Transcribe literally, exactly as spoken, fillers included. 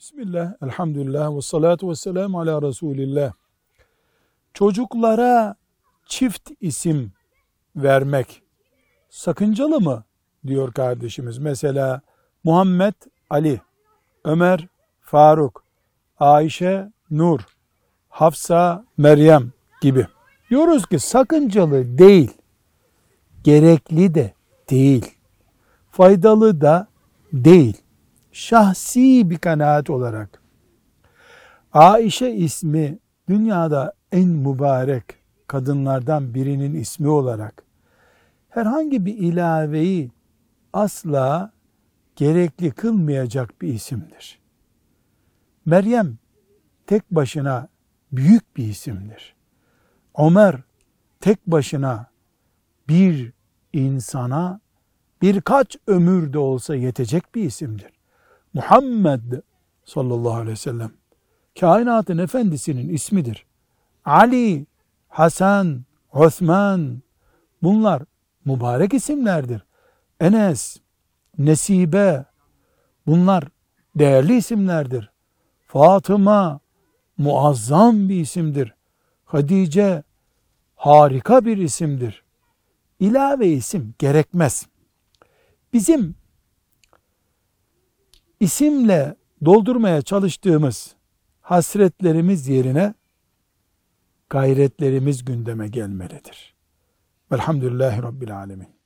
Bismillah, elhamdülillah ve salatu ve selamu ala Resulillah. Çocuklara çift isim vermek sakıncalı mı diyor kardeşimiz. Mesela Muhammed Ali, Ömer Faruk, Ayşe Nur, Hafsa Meryem gibi. Diyoruz ki sakıncalı değil, gerekli de değil, faydalı da değil. Şahsi bir kanaat olarak Ayşe ismi dünyada en mübarek kadınlardan birinin ismi olarak herhangi bir ilaveyi asla gerekli kılmayacak bir isimdir. Meryem tek başına büyük bir isimdir. Ömer tek başına bir insana birkaç ömür de olsa yetecek bir isimdir. Muhammed sallallahu aleyhi ve sellem kainatın efendisinin ismidir. Ali, Hasan, Osman bunlar mübarek isimlerdir. Enes, Nesibe bunlar değerli isimlerdir. Fatıma muazzam bir isimdir. Hatice harika bir isimdir. İlave isim gerekmez. Bizim isimle doldurmaya çalıştığımız hasretlerimiz yerine gayretlerimiz gündeme gelmelidir. Velhamdülillahi Rabbil Alemin.